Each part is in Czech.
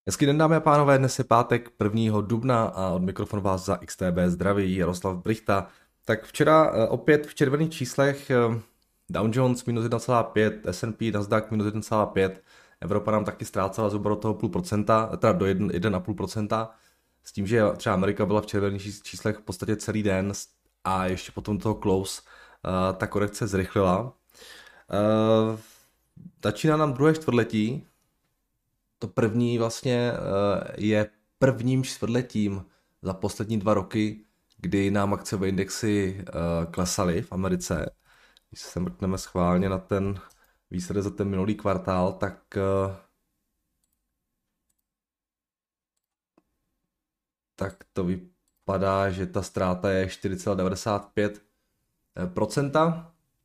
Hezký den, dámy a pánové, dnes je pátek 1. dubna a od mikrofonu vás za XTB zdraví Jaroslav Brichta. Tak včera opět v červených číslech Dow Jones minus 1,5, S&P, Nasdaq minus 1,5, Evropa nám taky ztrácela zhruba do toho 0,5%, teda do 1,5%, s tím, že třeba Amerika byla v červených číslech v podstatě celý den a ještě potom toho close ta korekce zrychlila. Začíná nám druhé čtvrtletí. To první vlastně je prvním čtvrtletím za poslední 2 roky, kdy nám akciové indexy klesaly v Americe. Když se mrkneme schválně na ten výsledek za ten minulý kvartál, tak to vypadá, že ta ztráta je 4,95%.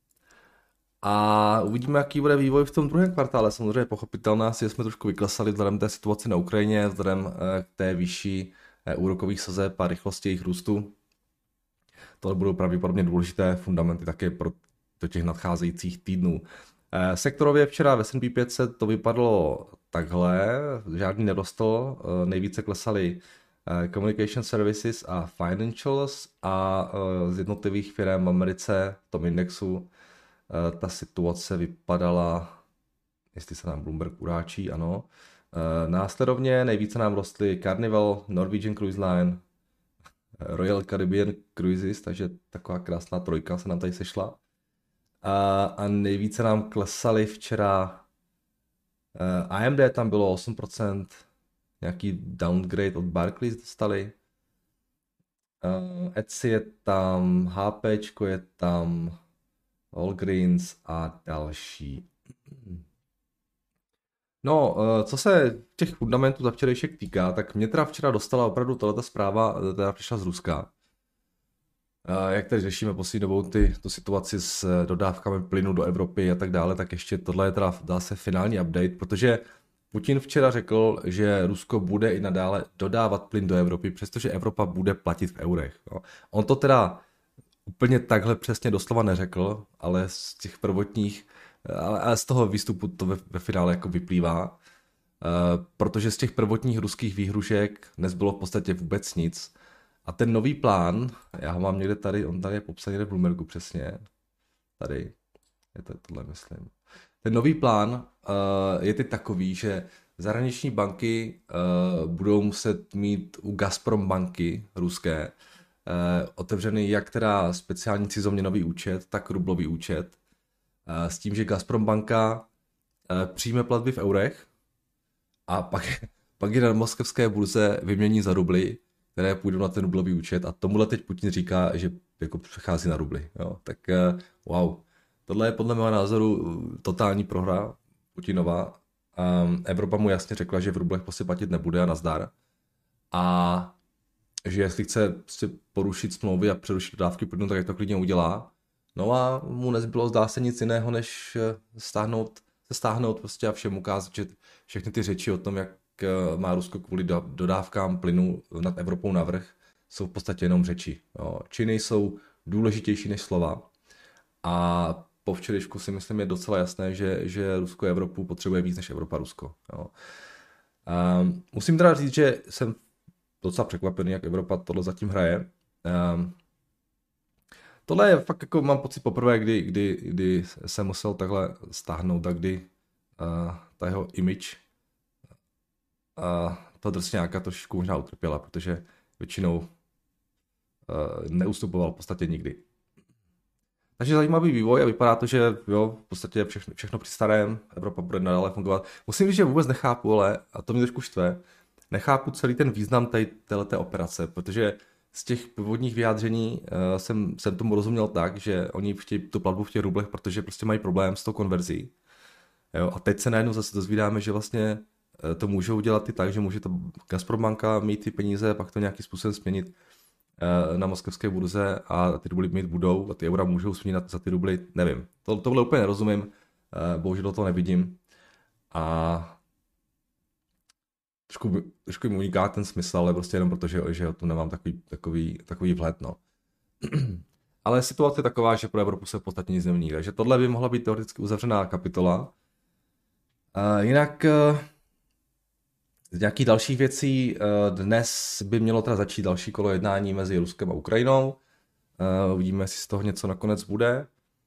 A uvidíme, jaký bude vývoj v tom druhém kvartále. Samozřejmě je pochopitelné, že jsme trošku vyklesali vzhledem té situaci na Ukrajině, vzhledem k té vyšší úrokových sazeb a rychlosti jejich růstu. To budou pravděpodobně důležité fundamenty také do těch nadcházejících týdnů. Sektorově včera v S&P 500 to vypadlo takhle, žádný nedostal, nejvíce klesaly Communication Services a Financials a z jednotlivých firm v Americe v tom indexu ta situace vypadala, jestli se nám Bloomberg uráčí, ano. Následovně nejvíce nám rostly Carnival, Norwegian Cruise Line, Royal Caribbean Cruises, takže taková krásná trojka se nám tady sešla. A nejvíce nám klesaly včera AMD, tam bylo 8%, nějaký downgrade od Barclays dostali. Etsy je tam, HPčko je tam, Allgreens a další. No, co se těch fundamentů za včerejšek týká, tak mě teda včera dostala opravdu tato zpráva, teda přišla z Ruska. Jak tady řešíme poslední dobou tu situaci s dodávkami plynu do Evropy a tak dále, tak ještě tohle je teda, dá se, finální update, protože Putin včera řekl, že Rusko bude i nadále dodávat plyn do Evropy, přestože Evropa bude platit v eurech. Jo. On to teda úplně takhle přesně doslova neřekl, ale z těch prvotních, ale z toho výstupu to ve finále jako vyplývá, protože z těch prvotních ruských výhrušek nezbylo v podstatě vůbec nic. A ten nový plán, já ho mám někde tady, on tady je popsaný v Bloombergu přesně, tady, je to tohle myslím. Ten nový plán je teď takový, že zahraniční banky budou muset mít u Gazprom banky ruské otevřený jak teda speciální cizoměnový účet, tak rublový účet. S tím, že Gazprom banka přijme platby v eurech a pak je na moskevské burze vymění za rubly, které půjdou na ten rublový účet a tomuhle teď Putin říká, že jako přechází na rubly. Jo. Tak wow. Tohle je podle mého názoru totální prohra Putinova. Evropa mu jasně řekla, že v rublech prostě platit nebude a nazdar. A že jestli chce prostě porušit smlouvy a přerušit dodávky plynu, tak to klidně udělá. No a mu nezbylo, zdá se, nic jiného, než stáhnout prostě a všem ukázat, že všechny ty řeči o tom, jak má Rusko kvůli dodávkám plynu nad Evropou navrch, jsou v podstatě jenom řeči. Jo. Činy jsou důležitější než slova. A po včerejšku si myslím je docela jasné, že Rusko Evropu potřebuje víc než Evropa Rusko. Jo. Musím teda říct, že jsem docela překvapený, jak Evropa tohle zatím hraje. Tohle je fakt, jako mám pocit poprvé, kdy jsem musel takhle stáhnout a kdy ta jeho image toho drsňáka trošku možná utrpěla, protože většinou neustupoval v podstatě nikdy. Takže zajímavý vývoj a vypadá to, že jo, v podstatě všechno při starém, Evropa bude nadále fungovat. Musím říct, že vůbec nechápu, ale, a to mě trošku štve, nechápu celý ten význam téhleté operace, protože z těch původních vyjádření jsem tomu rozuměl tak, že oni chtějí tu platbu v těch rublech, protože prostě mají problém s tou konverzí. Jo, a teď se najednou zase dozvídáme, že vlastně to můžou dělat i tak, že může ta Gazprombanka mít ty peníze, pak to nějakým způsobem směnit na moskevské burze a ty rubly mít budou a ty eura můžou směnit za ty rubly, nevím. Tohle úplně nerozumím, bohužel to nevidím a trošku mi uniká ten smysl, ale prostě jenom proto, že tu nemám takový vhled, no. Ale situace je taková, že pro Evropu se v podstatě nic nemění, takže tohle by mohla být teoreticky uzavřená kapitola. Jinak Z nějakých dalších věcí dnes by mělo teda začít další kolo jednání mezi Ruskem a Ukrajinou. Uvidíme, jestli z toho něco nakonec bude.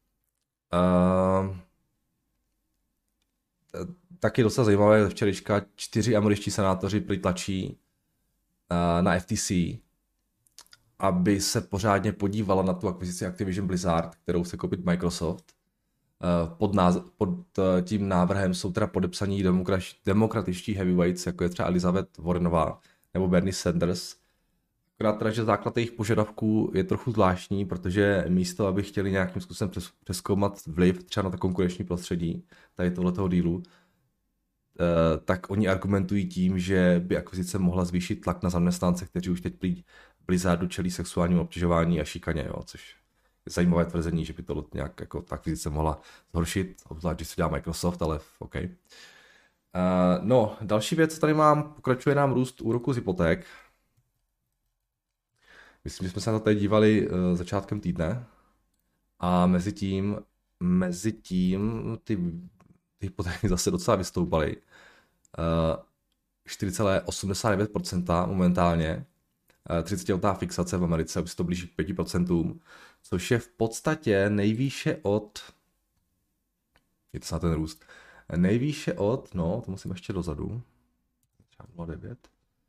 Taky docela zajímavé, že včerejška 4 američtí senátoři přitlačí na FTC, aby se pořádně podívala na tu akvizici Activision Blizzard, kterou chce koupit Microsoft. Pod tím návrhem jsou teda podepsaní demokratičtí heavyweights, jako je třeba Elizabeth Warrenová nebo Bernie Sanders. Akorát teda, že základ jejich požadavků je trochu zvláštní, protože místo, aby chtěli nějakým způsobem přezkoumat vliv třeba na to konkurenční prostředí tady tohletoho dílu, tak oni argumentují tím, že by akvizice mohla zvýšit tlak na zaměstnance, kteří už teď Blizzardu čelí sexuálnímu obtěžování a šikaně, jo, což je zajímavé tvrzení, že by to nějak jako ta akvizice mohla zhoršit, obzvlášť, když se dělá Microsoft, ale OK. No, další věc, co tady mám, pokračuje nám růst úroku z hypoték. Myslím, že jsme se na to tady dívali začátkem týdne a mezi tím ty hypotéky zase docela vystoupaly. 4,89% momentálně, 30letá fixace v Americe, už se to blíží k 5%, což je v podstatě nejvýše od, je to na ten růst, nejvýše od, no, to musím ještě dozadu, třeba 0,9.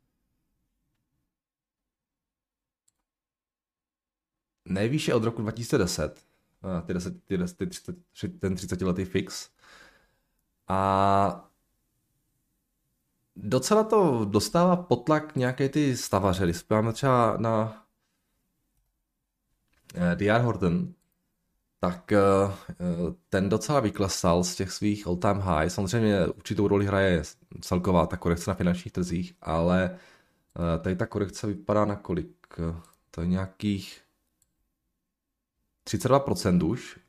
Nejvýše od roku 2010, ten 30letý fix. A docela to dostává potlak nějaké ty stavaře. Když máme třeba na D.R. Horton, tak ten docela vyklesal z těch svých all-time high. Samozřejmě určitou roli hraje celková ta korekce na finančních trzích, ale tady ta korekce vypadá na kolik? To je nějakých 32% už.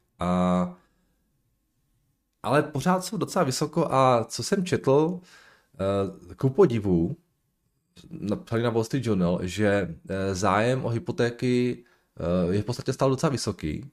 Ale pořád jsou docela vysoko a co jsem četl, ku podivu, napsali na Wall Street Journal, že zájem o hypotéky je v podstatě stále docela vysoký.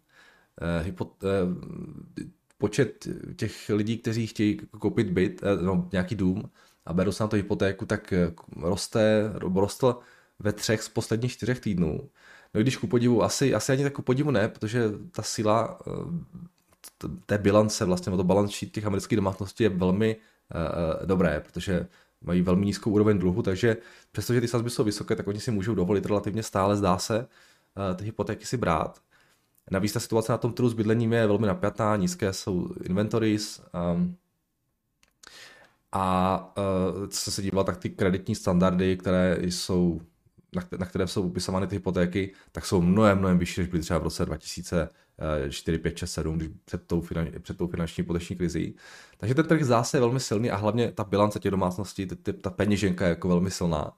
Počet těch lidí, kteří chtějí koupit byt, no, nějaký dům a berou se na to hypotéku, tak rostl ve 3 z posledních 4 týdnů. No když ku podivu, asi ani tak ku podivu ne, protože ta síla té bilance, vlastně to balance sheet těch amerických domácností je velmi dobré, protože mají velmi nízkou úroveň dluhu, takže přestože ty sazby jsou vysoké, tak oni si můžou dovolit relativně stále, zdá se, ty hypotéky si brát. Navíc ta situace na tom trhu s bydlením je velmi napjatá, nízké jsou inventories co se díval, tak ty kreditní standardy, které jsou, na které jsou upisovány ty hypotéky, tak jsou mnohem vyšší, než byly třeba v roce 2004, 5, 6, 7, před tou finanční hypoteční krizí. Takže ten trh zase je velmi silný a hlavně ta bilance těch domácností, ta peněženka je jako velmi silná.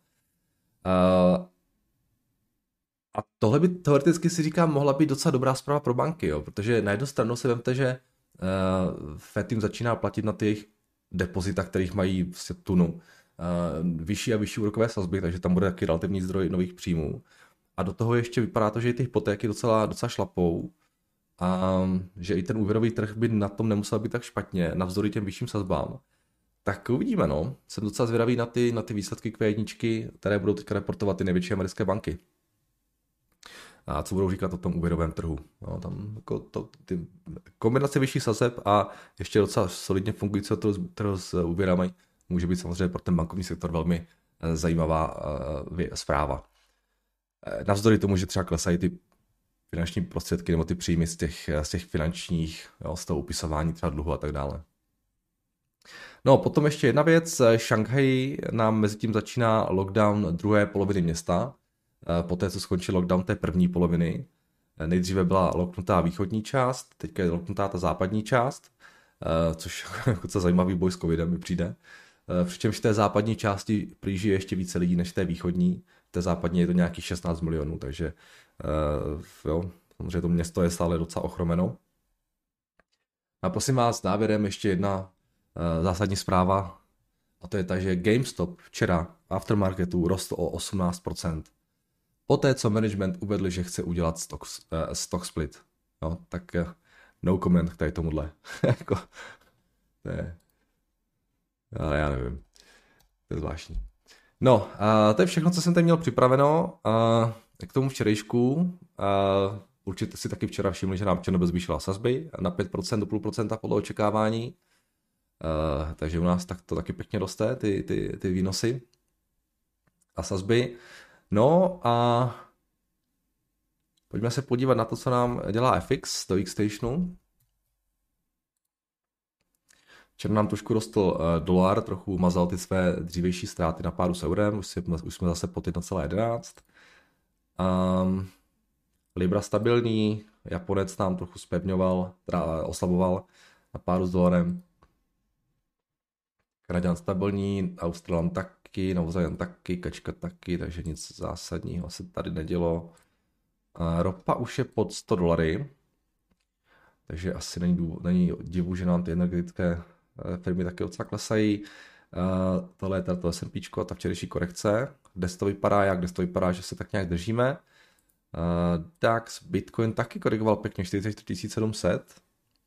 A tohle by teoreticky si říkám mohla být docela dobrá zpráva pro banky, jo? Protože na jednu stranu si vemte, že Fed jim začíná platit na těch depozita, kterých mají v tunu, vyšší a vyšší úrokové sazby, takže tam bude taky relativní zdroj nových příjmů. A do toho ještě vypadá to, že i ty hypotéky docela šlapou a že i ten úvěrový trh by na tom nemusel být tak špatně, navzdory těm vyšším sazbám. Tak uvidíme, no. Jsem docela zvědavý na ty výsledky Q1, které budou teďka reportovat ty největší americké banky. A co budou říkat o tom úvěrovém trhu. No, tam jako ty kombinace vyšších sazeb a ještě docela solidně fungujícího trhu s úvěrami může být samozřejmě pro ten bankovní sektor velmi zajímavá zpráva. Navzdory tomu, že třeba klesají ty finanční prostředky nebo ty příjmy z těch finančních, jo, z toho upisování třeba dluhu a tak dále. No, potom ještě jedna věc. Šanghaj nám mezi tím začíná lockdown druhé poloviny města. Poté, co skončil lockdown té první poloviny. Nejdříve byla locknutá východní část, teďka je locknutá ta západní část, což jako co zajímavý boj s covidem mi přijde. Přičemž v té západní části žije ještě více lidí než v té východní. V té západní je to nějakých 16 milionů, takže jo, samozřejmě to město je stále docela ochromeno. A prosím vás, závěrem ještě jedna zásadní zpráva, a to je ta, že GameStop včera v aftermarketu rostl o 18%. Poté, co management uvedl, že chce udělat stock split. No, tak no comment k tady tomuhle. Jako, to je, ale já nevím. To je zvláštní. No, to je všechno, co jsem tady měl připraveno k tomu včerejšku. Určitě si taky včera všimli, že nám ČNB zvýšila sazby na 5% do 0,5% podle očekávání. Takže u nás tak to taky pěkně roste, ty výnosy a sazby. No a pojďme se podívat na to, co nám dělá FX do Xstationu. Včera nám trošku rostl dolar, trochu mazal ty své dřívější ztráty na páru s eurem, už jsme zase pod 1,11. Libra stabilní, Japonec nám trochu zpevňoval, oslaboval na páru s dolarem. Kanaďan stabilní, Australan taky, Novozéland taky, Kačka taky, takže nic zásadního se tady nedělo. Ropa už je pod $100, takže asi není divu, že nám ty energetické firmy taky docela klesají. Tohle je to S&P a ta včerejší korekce. Dnes to vypadá, že se tak nějak držíme. DAX, Bitcoin taky korigoval pěkně 44 700.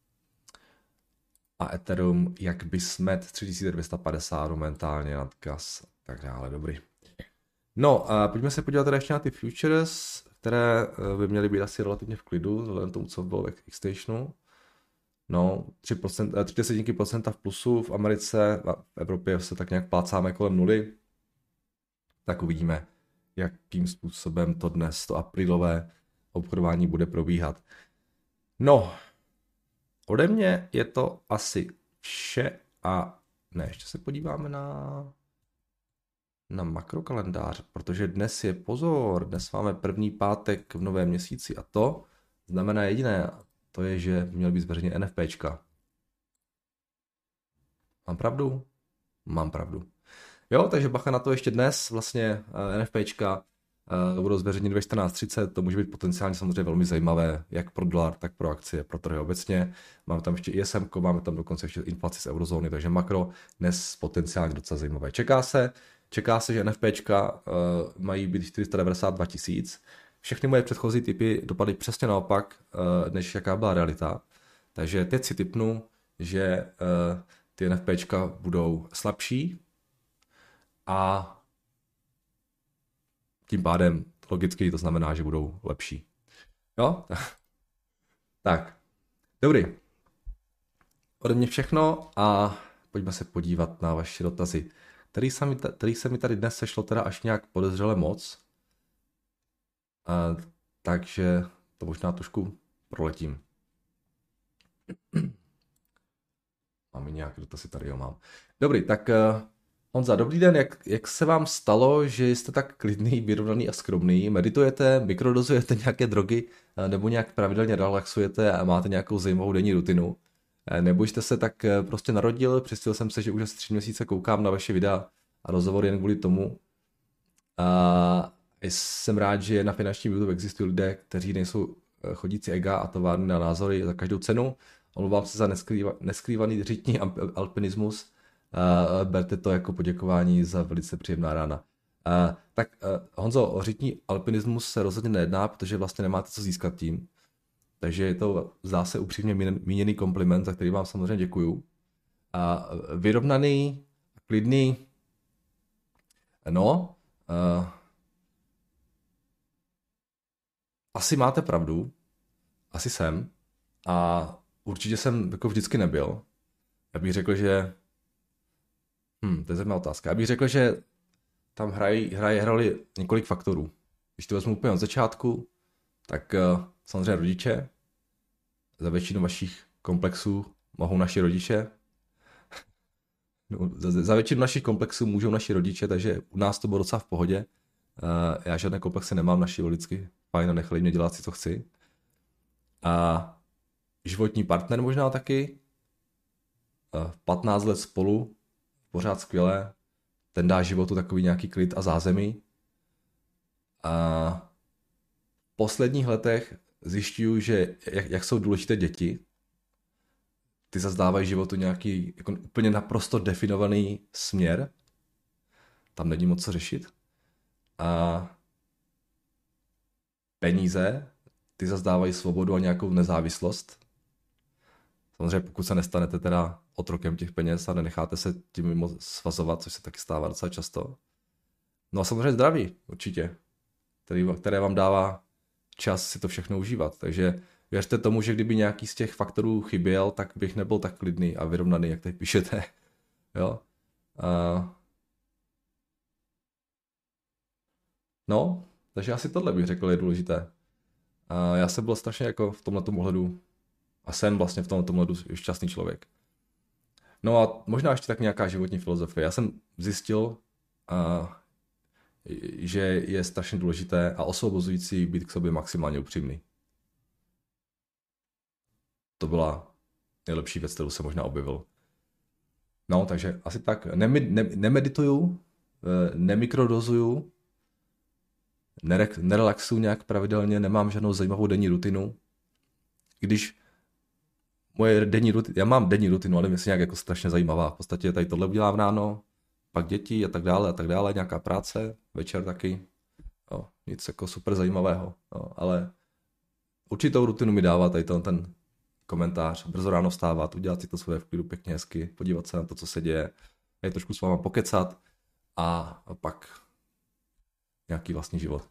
A Ethereum, jak by smet 3250 momentálně nad gas, tak dále, dobrý. No, pojďme se podívat teda ještě na ty futures, které by měly být asi relativně v klidu, vzhledem tomu, co bylo v Xstationu. No, 3% v plusu v Americe, a v Evropě se tak nějak plácáme kolem nuly. Tak uvidíme, jakým způsobem to dnes, to aprílové obchodování bude probíhat. No, ode mě je to asi vše a ne, ještě se podíváme na makrokalendář, protože dnes je pozor, dnes máme první pátek v novém měsíci a to znamená jediné, to je, že by měl být zveřejně NFPčka. Mám pravdu? Mám pravdu. Jo, takže bacha na to ještě dnes, vlastně NFPčka budou zveřejněny ve 14:30, to může být potenciálně samozřejmě velmi zajímavé, jak pro dolar, tak pro akcie, pro trhy obecně. Máme tam ještě ISM, máme tam dokonce ještě inflaci z eurozóny, takže makro dnes potenciálně docela zajímavé. Čeká se, že NFPčka mají být 492 000. Všechny moje předchozí typy dopadly přesně naopak, než jaká byla realita. Takže teď si tipnu, že ty NFPčka budou slabší a tím pádem logicky to znamená, že budou lepší. Jo? Tak, dobrý. Ode mě všechno a pojďme se podívat na vaše dotazy, který se mi tady dnes sešlo teda až nějak podezřele moc. Takže to možná trošku proletím. Máme nějaké dotazy tady, jo mám. Dobrý, tak Honza, dobrý den, jak se vám stalo, že jste tak klidný, vyrovnaný a skromný? Meditujete, mikrodozujete nějaké drogy, nebo nějak pravidelně relaxujete a máte nějakou zajímavou denní rutinu? Nebo jste se tak prostě narodil, přistil jsem se, že už asi 3 měsíce koukám na vaše videa a rozhovory jen kvůli tomu. Jsem rád, že na finančním YouTube existují lidé, kteří nejsou chodící ega a továrny na názory za každou cenu. Omlouvám se za neskrývaný řitní alpinismus. Berte to jako poděkování za velice příjemná rána. Honzo, o řitní alpinismus se rozhodně nejedná, protože vlastně nemáte co získat tím. Takže je to zase upřímně míněný kompliment, za který vám samozřejmě děkuju. Vyrovnaný, klidný, no, asi máte pravdu, asi jsem a určitě jsem jako vždycky nebyl. Já bych řekl, že to je zajímavá otázka. Já bych řekl, že tam hráli několik faktorů. Když to vezmu úplně od začátku, tak samozřejmě rodiče. Za většinu vašich komplexů mohou naši rodiče. Za většinu našich komplexů můžou naši rodiče, takže u nás to bylo docela v pohodě. Já žádné komplexy nemám, naši volicky fajn a nechali mě dělat si, co chci. A životní partner možná taky. 15 let spolu, pořád skvěle. Ten dá životu takový nějaký klid a zázemí. A v posledních letech zjišťuju, že jak jsou důležité děti. Ty zase dávají životu nějaký jako úplně naprosto definovaný směr. Tam není moc co řešit. A peníze, ty zase dávají svobodu a nějakou nezávislost. Samozřejmě pokud se nestanete teda otrokem těch peněz a nenecháte se tím mimo svazovat, což se taky stává docela často. No a samozřejmě zdraví, určitě, které vám dává čas si to všechno užívat. Takže věřte tomu, že kdyby nějaký z těch faktorů chyběl, tak bych nebyl tak klidný a vyrovnaný, jak tady píšete. Jo? A, no, takže asi tohle bych řekl je důležité. A já jsem byl strašně jako v tomhletom ohledu a jsem vlastně v tomhletom ohledu šťastný člověk. No a možná ještě tak nějaká životní filozofie. Já jsem zjistil, a, že je strašně důležité a osvobozující být k sobě maximálně upřímný. To byla nejlepší věc, kterou jsem možná objevil. No, takže asi tak. Nemedituju, nemikrodozuju, nerelaxuju nějak pravidelně, nemám žádnou zajímavou denní rutinu. Když moje denní rutina, já mám denní rutinu, ale myslím nějak jako strašně zajímavá. V podstatě tady tohle udělám ráno, pak děti a tak dále, nějaká práce, večer taky. Jo, nic jako super zajímavého, jo, ale určitou rutinu mi dává tady ten komentář, brzo ráno vstávat, udělat si to svoje v klidu pěkně hezky, podívat se na to, co se děje, je trošku s váma pokecat a pak nějaký vlastní život.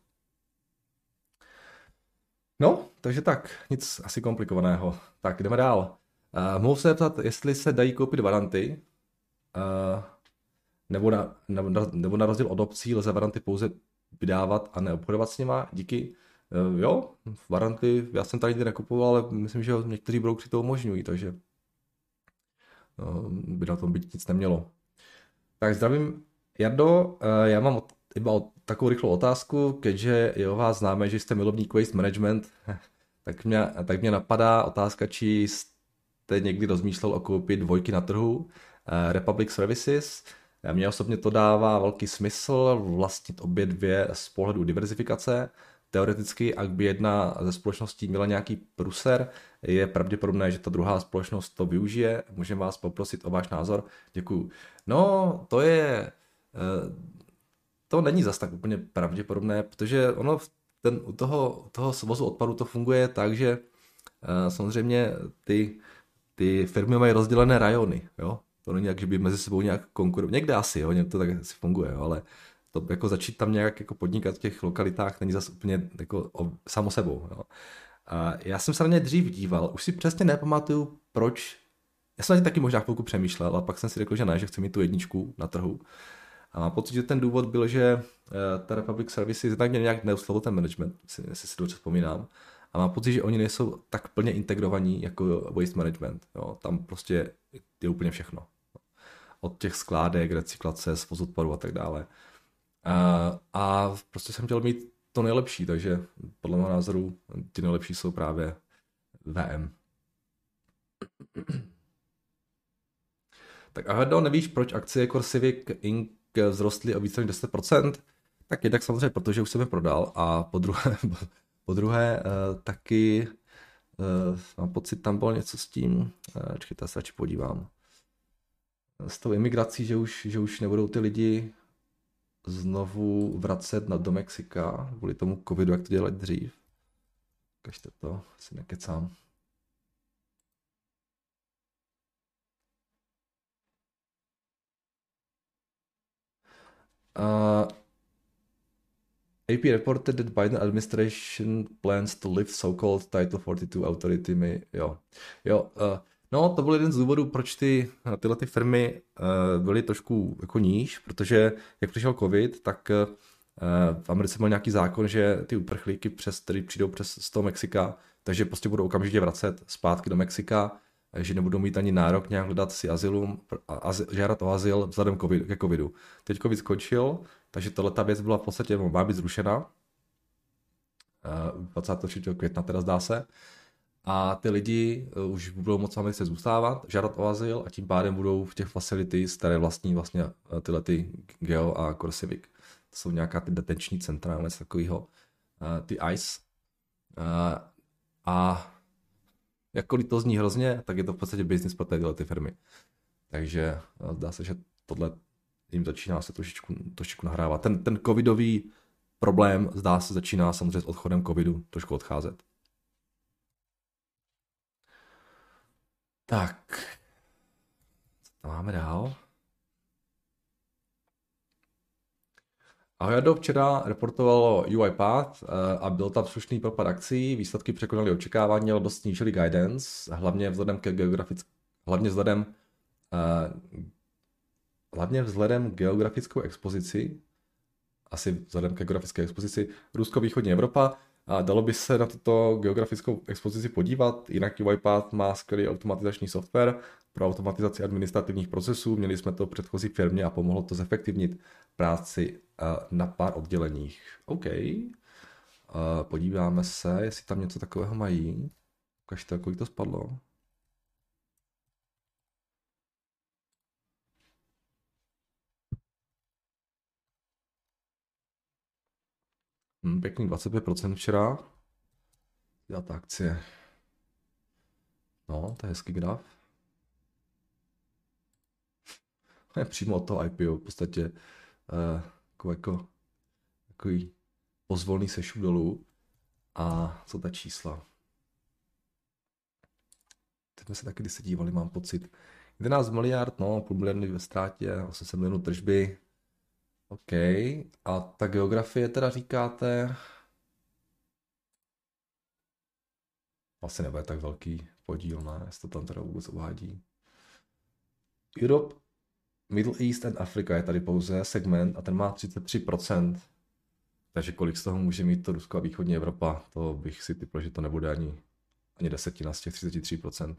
No, takže tak, nic asi komplikovaného. Tak, jdeme dál. Mohu se zeptat, jestli se dají koupit varanty, nebo na rozdíl od obcí lze varanty pouze vydávat a neobchodovat s nima? Díky. Jo, varanty, já jsem tady nikdy nekupoval, ale myslím, že někteří broukři to umožňují, takže by na tom být nic nemělo. Tak zdravím, Jardo, já mám iba takovou rychlou otázku, keďže je o vás známé, že jste milovník waste management, tak mě napadá otázka, či jste někdy rozmýšlel o koupit dvojky na trhu, Republic Services. Mně osobně to dává velký smysl vlastnit obě dvě z pohledu diverzifikace. Teoreticky, ak by jedna ze společností měla nějaký pruser, je pravděpodobné, že ta druhá společnost to využije. Můžeme vás poprosit o váš názor? Děkuju. No, to není zas tak úplně pravděpodobné, protože u toho svozu odpadu to funguje tak, že samozřejmě ty firmy mají rozdělené rajony, jo? To není jak, že by mezi sebou nějak konkurovali. Někde asi, jo, to tak asi funguje, jo, ale to jako začít tam nějak jako podnikat v těch lokalitách není zase úplně jako samo sebou. Jo. A já jsem se na ně dřív díval, už si přesně nepamatuju, proč. Já jsem na ně taky možná chvilku přemýšlel, a pak jsem si řekl, že ne, že chci mít tu jedničku na trhu. A mám pocit, že ten důvod byl, že ta Republic Services jednak mě nějak neuslovil ten management, jestli si dobře vzpomínám. A mám pocit, že oni nejsou tak plně integrovaní jako waste management. Jo. Tam prostě je úplně všechno. Od těch skládek, recyklace, svoz odpadu a tak dále. A prostě jsem chtěl mít to nejlepší, takže podle mého názoru ty nejlepší jsou právě VM. Tak Ahedo, nevíš, proč akcie CoreCivic Inc. vzrostly o více než 10%? Tak jednak samozřejmě, protože už jsem je prodal a po druhé taky mám pocit, tam bylo něco s tím, čekajte, já se radši podívám, s tou imigrací, že už nebudou ty lidi znovu vracet do Mexika kvůli tomu covidu, jak to dělali dřív. Kažte to, si nekecám. AP reported that Biden administration plans to lift so-called Title 42 authority. No, to byl jeden z důvodů, proč tyhle firmy byly trošku jako níž, protože jak přišel covid, tak v Americe byl nějaký zákon, že ty uprchlíky, který přijdou z toho Mexika, takže prostě budou okamžitě vracet zpátky do Mexika, že nebudou mít ani nárok nějak hledat si azylum, žádat o azyl vzhledem ke covidu. Teď covid skončil, takže ta věc byla v podstatě, má být zrušena. 23. května teda zdá se. A ty lidi už budou moct v Americe zůstávat, žádat o azyl a tím pádem budou v těch facilities, které vlastní vlastně tyhle ty Geo a CoreCivic. To jsou nějaká ty detenční centra, něco takového, ty ICE. A jakkoliv to zní hrozně, tak je to v podstatě business pro tyhle ty firmy. Takže zdá se, že tohle jim začíná se trošičku nahrávat. Ten covidový problém, zdá se, začíná samozřejmě s odchodem covidu trošku odcházet. Tak, co tam máme dál? Aoyado včera reportovalo UiPath a byl tam slušný propad akcí, výsledky překonaly očekávání, ale dost snížily guidance, hlavně vzhledem ke hlavně vzhledem k geografickou expozici, asi vzhledem ke geografické expozici Rusko-východní Evropa. A dalo by se na tuto geografickou expozici podívat, jinak UiPath má skvělý automatizační software pro automatizaci administrativních procesů, měli jsme to v předchozí firmě a pomohlo to zefektivnit práci na pár odděleních. OK. Podíváme se, jestli tam něco takového mají. Ukažte, kolik to spadlo. Pěkný 25% včera. Já ta akcie. No, to je hezký graf. Je přímo od toho IPO, v podstatě takový pozvolný sešup dolů. A co ta čísla? Teď jsme se taky když se dívali, mám pocit. 11 miliard, no, půl miliardy ve ztrátě, 800 milionů tržby. OK. A ta geografie teda říkáte... Asi nebude tak velký podíl, ne? Jestli to tam teda vůbec uvádí. Europe, Middle East and Africa je tady pouze segment a ten má 33%. Takže kolik z toho může mít to Rusko a východní Evropa, to bych si typl, že to nebude ani desetina z těch 33%.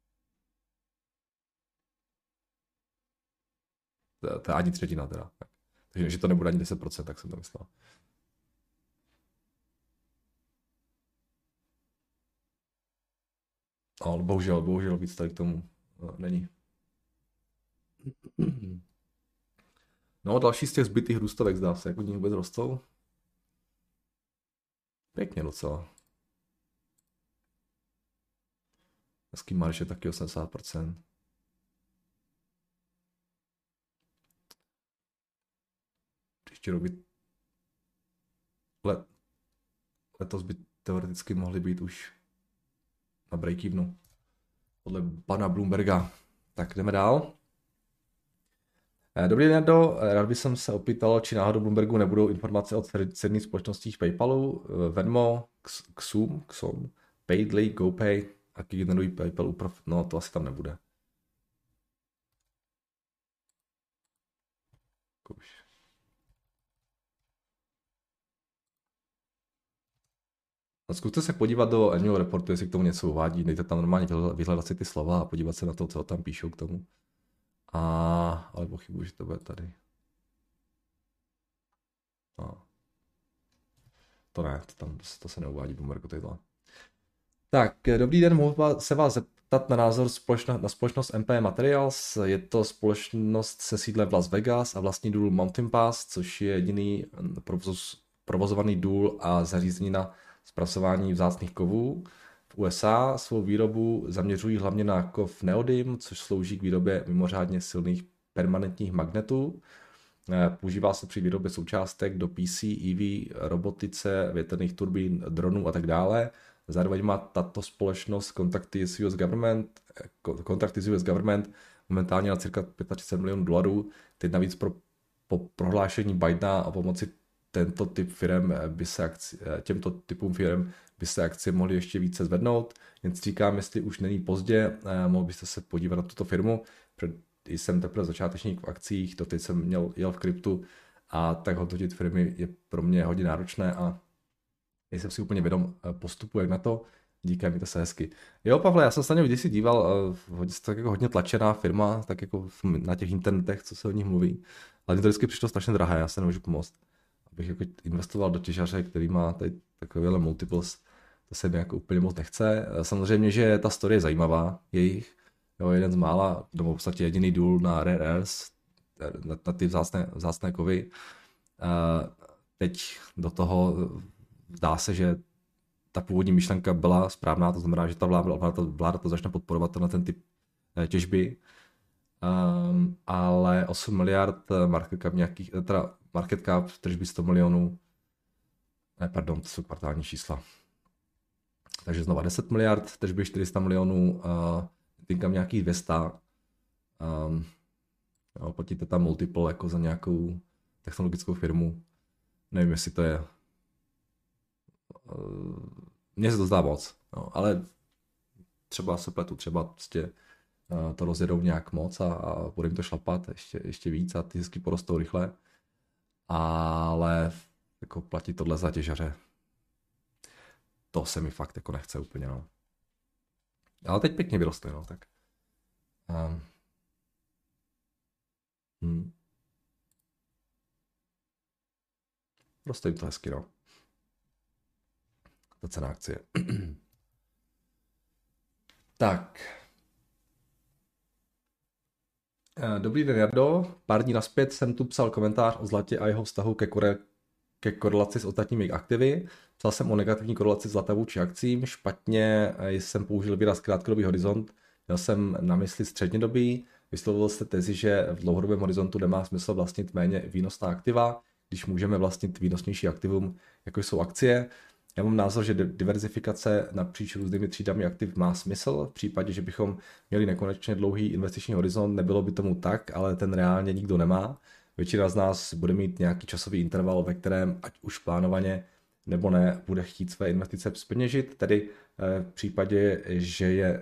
To je ani třetina teda. Takže že to nebude ani 10%, tak jsem to myslel. Ale bohužel víc tady k tomu není. No, další z těch zbytých růstovek zdá se, jak od nich vůbec rostou. Pěkně docela. Hezký marž je taky 80%. Příští rok by letos by teoreticky mohly být už na break-evenu. Podle pana Bloomberga. Tak jdeme dál. Dobrý den, rád bych se opýtal, či náhodou Bloombergu nebudou informace o dcerných společnostích PayPalu, Venmo, Xum, Paidly, GoPay a generují PayPal no to asi tam nebude. No, zkuste se podívat do annual reportu, jestli k tomu něco uvádí, dejte tam normálně vyhledat si ty slova a podívat se na to, co tam píšou k tomu. Ale pochybuji, že to bude tady. No. To ne, to se neuvádí Bloombergu tyhle. Tak, dobrý den, mohu se vás zeptat na názor na společnost MP Materials. Je to společnost se sídlem v Las Vegas a vlastní důl Mountain Pass, což je jediný provozovaný důl a zařízení na zpracování vzácných kovů. V USA svou výrobu zaměřují hlavně na kov neodym, což slouží k výrobě mimořádně silných permanentních magnetů. Používá se při výrobě součástek do PC, EV, robotice, větrných turbín, dronů a tak dále. Zároveň má tato společnost kontakty s US government momentálně na cirka 35 milionů dolarů. Teď navíc po prohlášení Bidena a pomoci těmto typům firm by se akcie mohly ještě více zvednout. Jen si říkám, jestli už není pozdě, mohl byste se podívat na tuto firmu. Jsem teprve začátečník v akcích, doteď jsem jel v kryptu a tak hodnotit firmy je pro mě hodně náročné a nejsem si úplně vědom postupu, jak na to. Díky, mějte se hezky. Jo, Pavle, já jsem se na něj kdysi díval, tak jako hodně tlačená firma, tak jako na těch internetech, co se o nich mluví. Ale mi to vždycky přišlo strašně drahé, já se nemůžu pomoct. Abych jako investoval do těžaře, který má tady takovéhle multiples, to se mi jako úplně moc nechce. Samozřejmě, že ta story je zajímavá, jejich. Jo, jeden z mála, nebo v podstatě jediný důl na Rare Earths, na ty vzácné kovy. Teď do toho zdá se, že ta původní myšlenka byla správná, to znamená, že ta vláda to začne podporovat na ten typ těžby. Ale 8 miliard market cap tržby 100 milionů, to jsou kvartální čísla. Takže znova 10 miliard, tržby 400 milionů, týkám nějakých 200. Platíte tam multiple jako za nějakou technologickou firmu. Nevím, jestli to je... Mně se to zdá moc, no, ale třeba se pletu, třeba prostě to rozjedou nějak moc a bude jim to šlapat ještě víc a ty zisky porostou rychle. Ale jako platit tohle za těžaře, to se mi fakt jako nechce úplně, no. Ale teď pěkně vyrostly, no, tak. Roste jim to hezky, no. Ta cena akcie. Tak. Dobrý den, Jardo. Pár dní nazpět jsem tu psal komentář o zlatě a jeho vztahu ke korelaci s ostatními aktivy. Psal jsem o negativní korelaci zlata vůči akcím. Špatně jsem použil výraz krátkodobý horizont. Měl jsem na mysli střednědobý. Vyslovil jste tezi, že v dlouhodobém horizontu nemá smysl vlastnit méně výnosná aktiva, když můžeme vlastnit výnosnější aktivum, jako jsou akcie. Já mám názor, že diverzifikace napříč různými třídami aktiv má smysl. V případě, že bychom měli nekonečně dlouhý investiční horizont, nebylo by tomu tak, ale ten reálně nikdo nemá. Většina z nás bude mít nějaký časový interval, ve kterém ať už plánovaně nebo ne, bude chtít své investice zpětněžit, tedy v případě, že je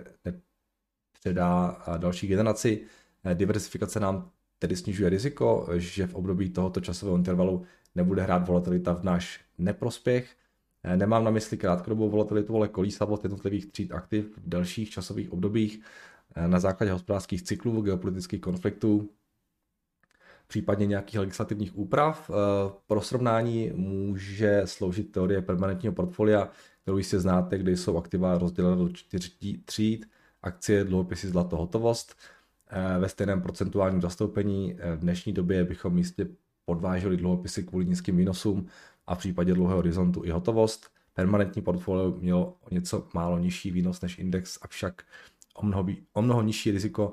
předá další generaci. Diversifikace nám tedy snižuje riziko, že v období tohoto časového intervalu nebude hrát volatilita v náš neprospěch. Nemám na mysli krátkodobou volatilitu, ale kolísavost jednotlivých tříd aktiv v delších časových obdobích na základě hospodářských cyklů, geopolitických konfliktů, případně nějakých legislativních úprav. Pro srovnání může sloužit teorie permanentního portfolia, kterou jistě znáte, kde jsou aktiva rozdělena do 4 tříd, akcie, dluhopisy, zlato, hotovost. Ve stejném procentuálním zastoupení v dnešní době bychom jistě podvážili dluhopisy kvůli nízkým výnosům a v případě dlouhého horizontu i hotovost. Permanentní portfolio mělo o něco málo nižší výnos než index, avšak o mnoho nižší riziko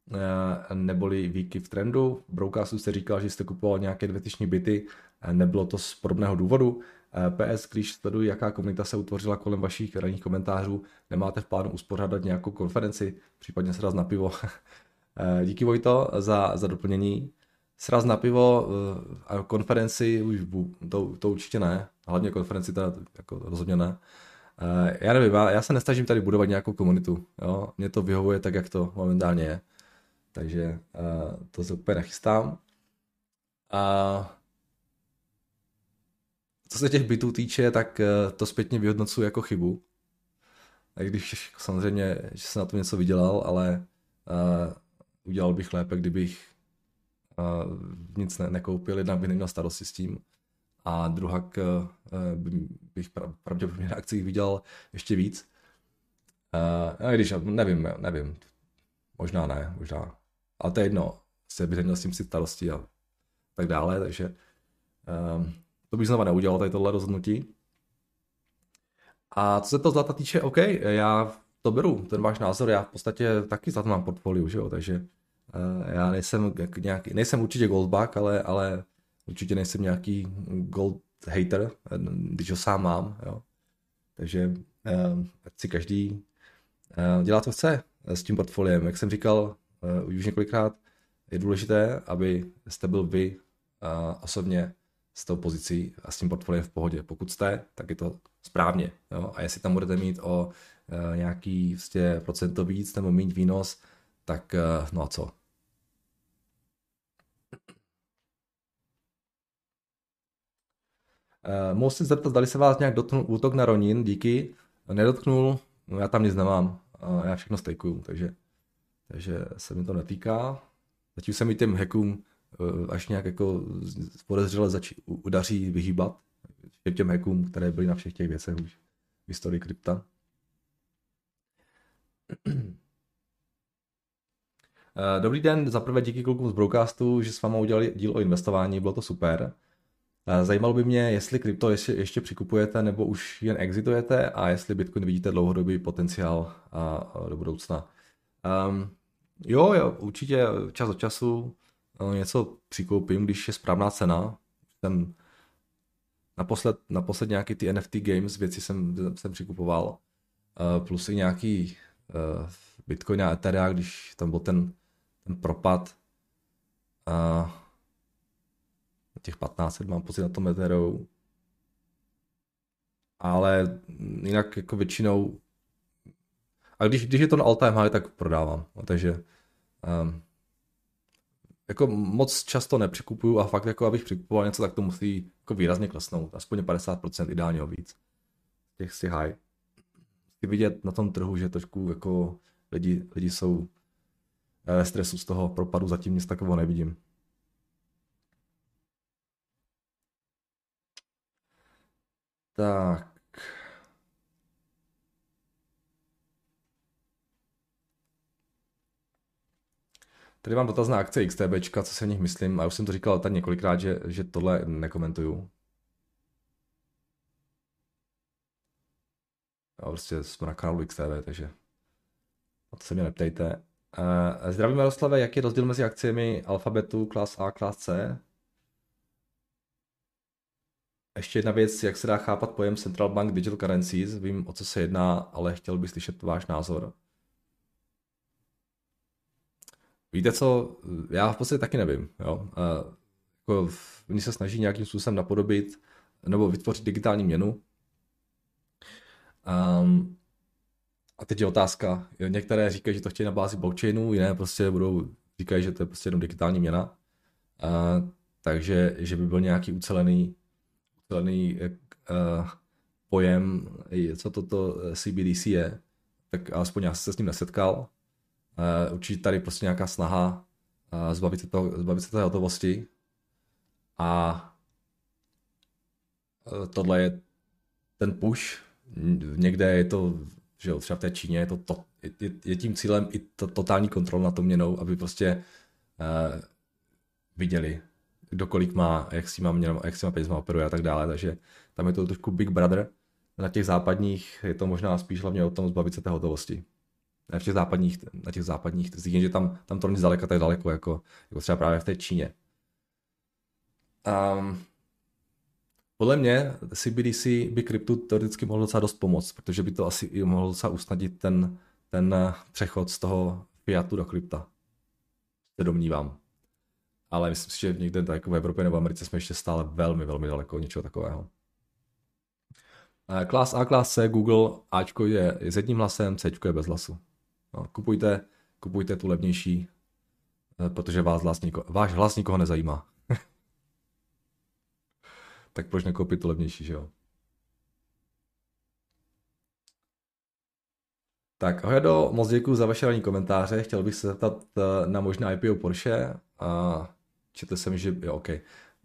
neboli výkyv v trendu. V Broadcastu jste říkal, že jste kupoval nějaké investiční byty, nebylo to z podobného důvodu. PS, když sleduji, jaká komunita se utvořila kolem vašich ranních komentářů, nemáte v plánu uspořádat nějakou konferenci, případně sraz na pivo. Díky, Vojto, za doplnění. Sraz na pivo a konferenci už to určitě ne, hlavně konferenci teda jako rozhodně ne. Já nevím, já se nesnažím tady budovat nějakou komunitu, jo? Mně to vyhovuje tak, jak to momentálně je, takže to se úplně nechystám. Co se těch bytů týče, tak to zpětně vyhodnocuji jako chybu. A když samozřejmě, že jsem na to něco vydělal, ale udělal bych lépe, kdybych nic nekoupil, jednak bych neměl starosti s tím a druhak bych pravděpodobně na akcích vydělal ještě víc. Když nevím, možná ne, možná. Ale to je jedno, se bych neměl s tím si starosti a tak dále, takže to bych znova neudělal, tady tohle rozhodnutí. A co se to zlata týče, OK, já to beru, ten váš názor, já v podstatě taky zlato mám portfoliu, že jo, takže já nejsem určitě goldbug, ale určitě nejsem nějaký gold hater, když ho sám mám, jo. Takže ať si každý dělá, co chce s tím portfoliem. Jak jsem říkal už několikrát, je důležité, aby jste byl vy osobně s tou pozicí a s tím portfoliem v pohodě. Pokud jste, tak je to správně. Jo? A jestli tam budete mít o nějaký procento víc nebo méně výnos, tak no a co? Mohu se zeptat, zdali se vás nějak dotknul útok na Ronin, díky. Nedotknul, no já tam nic nemám, já všechno stejkuju, takže se mi to netýká. Zatím se mi těm hackům až nějak jako podezřele udaří vyhýbat, těm hackům, které byly na všech těch věcech už v historii krypta. Dobrý den, zaprvé díky klukům z Broadcastu, že s váma udělali díl o investování, bylo to super. Zajímalo by mě, jestli krypto ještě přikupujete nebo už jen exitujete a jestli Bitcoin vidíte dlouhodobý potenciál do budoucna. Jo, určitě čas od času něco přikoupím, když je správná cena. Naposled nějaký ty NFT games věci jsem přikupoval. Plus i nějaký Bitcoin a Ethereum, když tam byl ten propad. těch 1500 mám pocit na tom Ethereum. Ale jinak jako většinou, a když je to na all time high, tak prodávám. Takže jako moc často nepřikupuju a fakt jako abych přikupoval něco, tak to musí jako výrazně klesnout. Aspoň 50%, ideálně o víc. Z těch high. Chci vidět na tom trhu, že trošku jako lidi jsou ve stresu z toho propadu, zatím nic takového nevidím. Tak. Tady mám dotaz na akce XTBčka, co si o nich myslím, a už jsem to říkal tady několikrát, že tohle nekomentuju. A prostě jsme na kanálu XTB, takže na to se mě neptejte. Zdravím Jaroslave, jaký je rozdíl mezi akciemi Alphabetu, Class A, Class C? Ještě jedna věc, jak se dá chápat pojem Central Bank Digital Currencies, vím, o co se jedná, ale chtěl bych slyšet váš názor. Víte co, já v podstatě taky nevím. Jo? Jako, oni se snaží nějakým způsobem napodobit nebo vytvořit digitální měnu. A teď je otázka, některé říkají, že to chtějí na bázi blockchainu, jiné prostě říkají, že to je prostě jenom digitální měna. Takže že by byl nějaký ucelený pojem, co toto CBDC je, tak alespoň já jsem se s ním nesetkal. Určitě tady prostě nějaká snaha zbavit se té hotovosti. A tohle je ten push. Někde je to, že jo, třeba v té Číně je tím cílem i totální kontrol nad tou měnou, aby prostě viděli, kdo kolik má, jak s těma penězma operuje a tak dále. Takže tam je to trošku Big Brother. Na těch západních je to možná spíš hlavně o tom zbavit se té hotovosti. Na těch západních trzích, že tam to není zdaleka tak daleko, jako třeba právě v té Číně. Podle mě CBDC by kryptu teoreticky mohlo docela dost pomoct, protože by to asi i mohlo docela usnadnit ten přechod z toho fiatu do krypta. Se domnívám. Ale myslím si, že někde tak jako v Evropě nebo v Americe jsme ještě stále velmi, velmi daleko od něčeho takového. Class A, Class C, Google, Ačko je s jedním hlasem, Cčko je bez hlasu. No, kupujte tu levnější, protože váš hlas nikoho nezajímá. Tak proč nekoupit tu levnější, že jo? Tak, Hojedo, moc děkuji za vaše ranní komentáře. Chtěl bych se zeptat na možná IPO Porsche. Četl jsem, že jo, okay.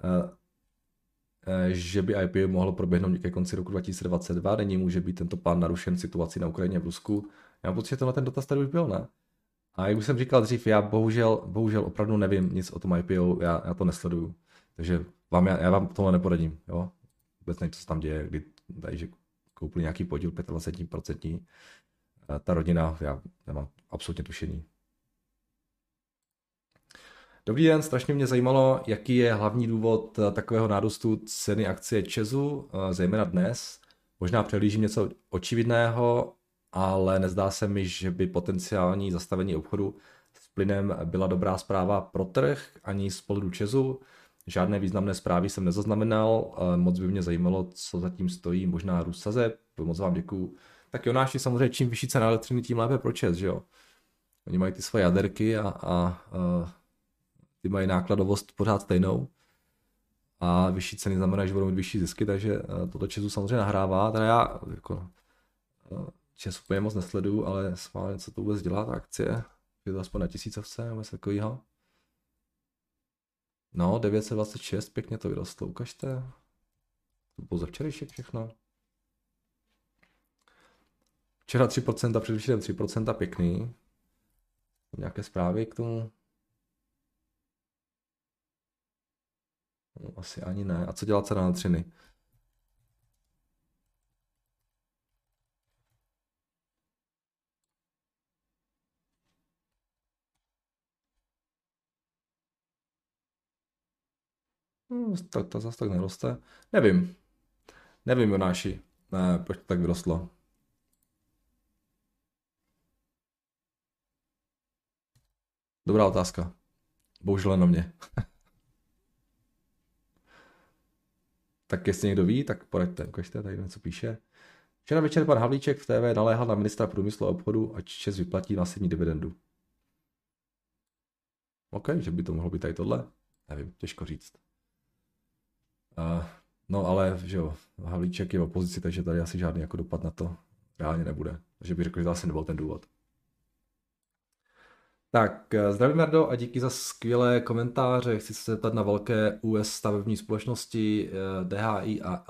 Že by IPO mohlo proběhnout ke konci roku 2022. Není může být tento plán narušen situací na Ukrajině a v Rusku. Já mám pocit, že tenhle ten dotaz tady už byl, ne? A jak už jsem říkal dřív, já bohužel opravdu nevím nic o tom IPO, já to nesleduju. Takže já vám tohle neporadím, jo? Vůbec nevím, co se tam děje, kdy tady, že koupili nějaký podíl 25%. Ta rodina, já nemám absolutně tušení. Dobrý den, strašně mě zajímalo, jaký je hlavní důvod takového nárůstu ceny akcie ČEZu, zejména dnes. Možná přehlížím něco očividného, ale nezdá se mi, že by potenciální zastavení obchodu s plynem byla dobrá zpráva pro trh, ani z pohledu ČEZu. Žádné významné zprávy jsem nezaznamenal, moc by mě zajímalo, co zatím stojí, možná růst sazeb, moc vám děkuju. Tak Jonáši, samozřejmě čím vyšší cena elektřiny, tím lépe pro ČEZ, že jo? Oni mají ty své jaderky a ty mají nákladovost pořád stejnou a vyšší ceny znamená, že budou mít vyšší zisky, takže toto ČEZu samozřejmě nahrává. Teda já jako ČEZ úplně moc nesleduju, ale schválně, co to vůbec dělá ta akcie. Je to aspoň na tisícovce nebo něco takového. No, 926, pěkně to vyrostlo, ukažte. To bylo za včerejšek všechno. Včera 3%, především 3%, pěkný. Nějaké zprávy k tomu? No, asi ani ne. A co dělá cena elektřiny? To zase tak neroste. Nevím, Jonáši, proč to tak vyrostlo. Dobrá otázka. Bohužel na mě. Tak jestli někdo ví, tak poraďte, ukažte, tady něco píše. Včera večer pan Havlíček v TV naléhal na ministra průmyslu a obchodu, ať ČEZ vyplatí masivní dividendu. OK, že by to mohlo být tady tohle? Nevím, těžko říct. No ale, že jo, Havlíček je v opozici, takže tady asi žádný jako dopad na to reálně nebude. Takže bych řekl, že to asi nebyl ten důvod. Tak, zdravím Jardo a díky za skvělé komentáře. Chci se zeptat na velké US stavební společnosti DHI a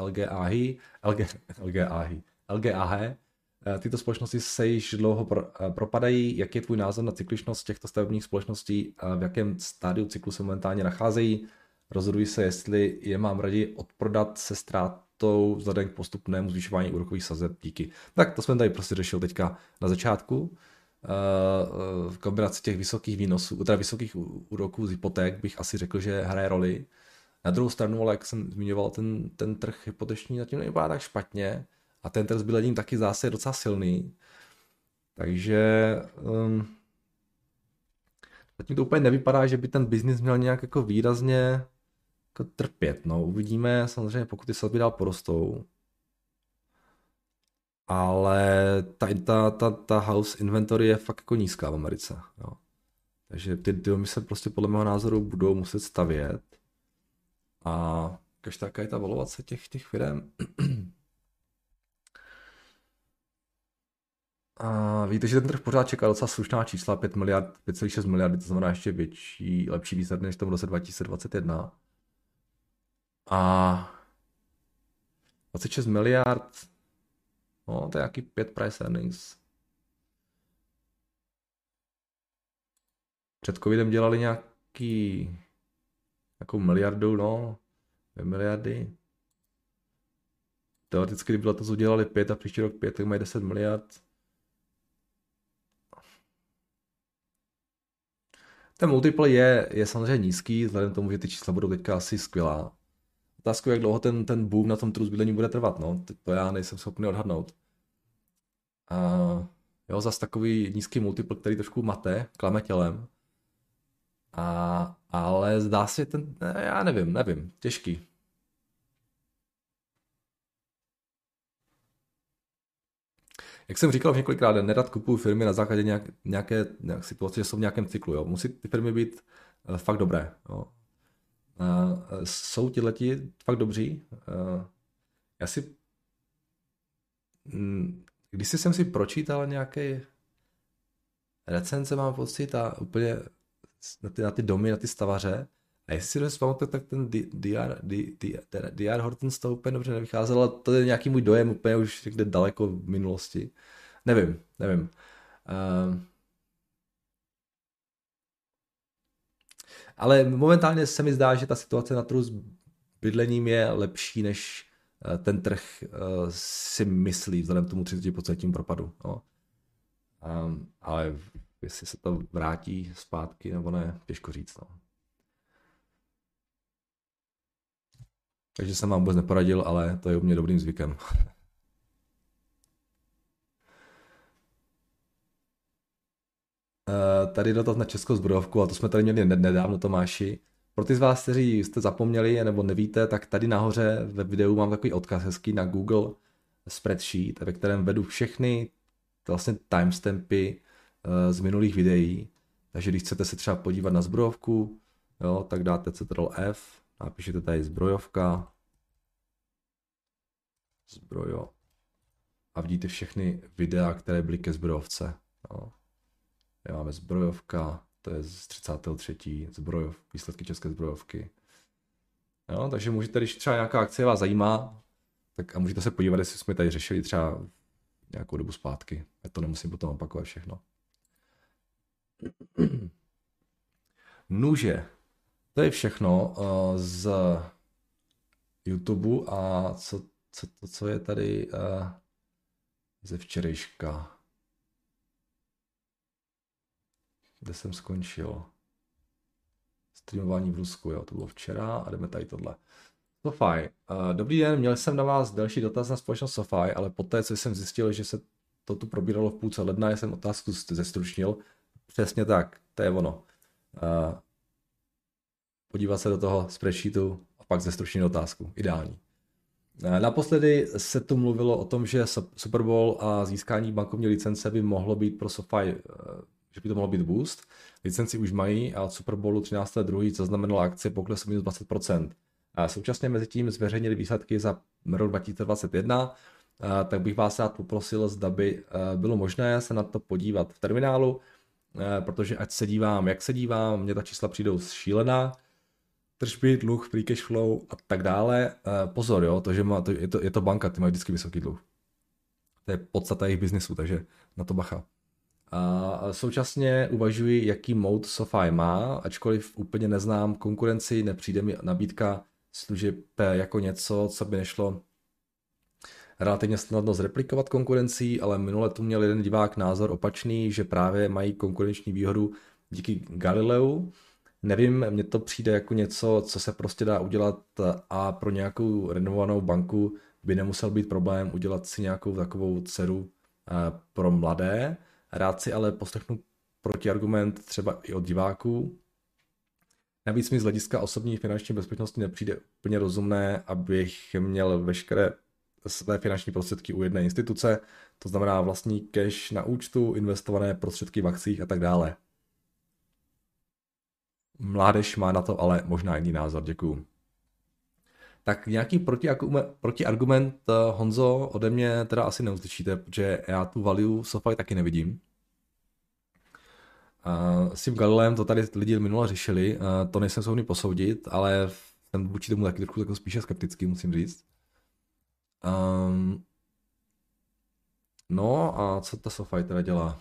LGAH. Tyto společnosti se již dlouho propadají. Jak je tvůj názor na cykličnost těchto stavebních společností a v jakém stádiu cyklu se momentálně nacházejí? Rozhoduji se, jestli je mám raději odprodat se ztrátou vzhledem k postupnému zvyšování úrokových sazeb. Díky. Tak to jsme tady prostě řešil teďka na začátku. V kombinaci těch vysokých výnosů, teda vysokých úroků z hypoték bych asi řekl, že hraje roli. Na druhou stranu, ale jak jsem zmiňoval, ten trh hypoteční zatím nevypadá tak špatně a ten trh s bydlením taky zase je docela silný. Takže zatím to úplně nevypadá, že by ten biznis měl nějak jako výrazně jako trpět. No, uvidíme samozřejmě, pokud ty sazby dál porostou. Ale ta house inventory je fakt jako nízká v Americe. Jo. Takže ty domy se prostě podle mého názoru budou muset stavět. A když taká je ta valuace těch firm. A víte, že ten trh pořád čeká docela slušná čísla, 5 miliard, 5,6 miliardy, to znamená ještě větší, lepší výsledky než v tom roce 2021. A 26 miliard, no to je nějaký 5 price earnings. Před covidem dělali nějakou miliardu, no, 2 miliardy. Teoreticky, kdyby letos udělali 5 a příští rok 5, tak mají 10 miliard. Ten multiple je samozřejmě nízký, vzhledem k tomu, že ty čísla budou teďka asi skvělá. Otázku, jak dlouho ten boom na tom trhu s bydlením bude trvat, no, to já nejsem schopný odhadnout. Jo, zas takový nízký multiple, který trošku mate, klame tělem. Ale zdá se já nevím, těžký. Jak jsem říkal několikrát, nerad kupuju firmy na základě nějaké situace, že jsou v nějakém cyklu. Jo. Musí ty firmy být fakt dobré. Jo. Jsou tihleti fakt dobří. Když jsem si pročítal nějaké recenze, mám pocit, a úplně na ty domy, na ty stavaře. A jestli si to vzpamatuju, tak ten D.R. Hortons to úplně dobře nevycházel, ale to je nějaký můj dojem úplně už někde daleko v minulosti. Nevím. Ale momentálně se mi zdá, že ta situace na trhu s bydlením je lepší, než ten trh si myslí vzhledem k tomu 30% propadu. No. Ale jestli se to vrátí zpátky nebo ne, těžko říct. No. Takže jsem vám vůbec neporadil, ale to je u mě dobrým zvykem. Tady dotaz na českou zbrojovku, a to jsme tady měli nedávno, Tomáši. Pro ty z vás, kteří jste zapomněli nebo nevíte, tak tady nahoře ve videu mám takový odkaz hezký na Google spreadsheet, ve kterém vedu všechny vlastně timestampy z minulých videí. Takže když chcete se třeba podívat na zbrojovku, jo, tak dáte Ctrl+F, napíšete tady zbrojovka, a vidíte všechny videa, které byly ke zbrojovce. Jo. Máme zbrojovka, to je z 33. Výsledky české zbrojovky. Jo, takže můžete, když třeba nějaká akce vás zajímá, tak a můžete se podívat, jestli jsme tady řešili třeba nějakou dobu zpátky. Já to nemusím potom opakovat všechno. Nuže, to je všechno z YouTube a co je tady ze včerejška. Kde jsem skončil? Streamování v Rusku, jo, to bylo včera a jdeme tady tohle. SoFi. Dobrý den, měl jsem na vás další dotaz na společnost SoFi, ale poté, co jsem zjistil, že se to tu probíralo v půlce ledna, jsem otázku zestručnil. Přesně tak, to je ono. Podívat se do toho spreadsheetu a pak zestručnit otázku. Ideální. Naposledy se tu mluvilo o tom, že Super Bowl a získání bankovní licence by mohlo být pro SoFi, že by to mohlo být boost. Licenci už mají a od Super Bowlu 13.2. zaznamenala akcie pokles minus 20%. A současně mezi tím zveřejnili výsledky za rok 2021, tak bych vás rád poprosil, zda by bylo možné se na to podívat v terminálu, protože ať se dívám, jak se dívám, mně ta čísla přijdou šílená, tržby, dluh, free cash flow a tak dále. Pozor, jo, to, že je to banka, ty mají vždycky vysoký dluh. To je podstata jejich biznesu, takže na to bacha. A současně uvažuji, jaký mode SoFi má, ačkoliv úplně neznám konkurenci, nepřijde mi nabídka služeb jako něco, co by nešlo relativně snadno zreplikovat konkurencí, ale minule tu měl jeden divák názor opačný, že právě mají konkurenční výhodu díky Galileu. Nevím, mně to přijde jako něco, co se prostě dá udělat a pro nějakou renovovanou banku by nemusel být problém udělat si nějakou takovou dceru pro mladé. Rád si ale poslechnu protiargument třeba i od diváků. Navíc mi z hlediska osobní finanční bezpečnosti nepřijde úplně rozumné, abych měl veškeré své finanční prostředky u jedné instituce, to znamená vlastní cash na účtu, investované prostředky v akcích a tak dále. Mládež má na to ale možná jiný názor, děkuju. Tak nějaký protiargument, Honzo, ode mě teda asi neuslyšíte, protože já tu value SoFi taky nevidím. S tím Galilem to tady lidi minule řešili, to nejsem schopný posoudit, ale jsem vůči tomu taky trošku jako spíše skeptický, musím říct. No a co ta SoFi teda dělá?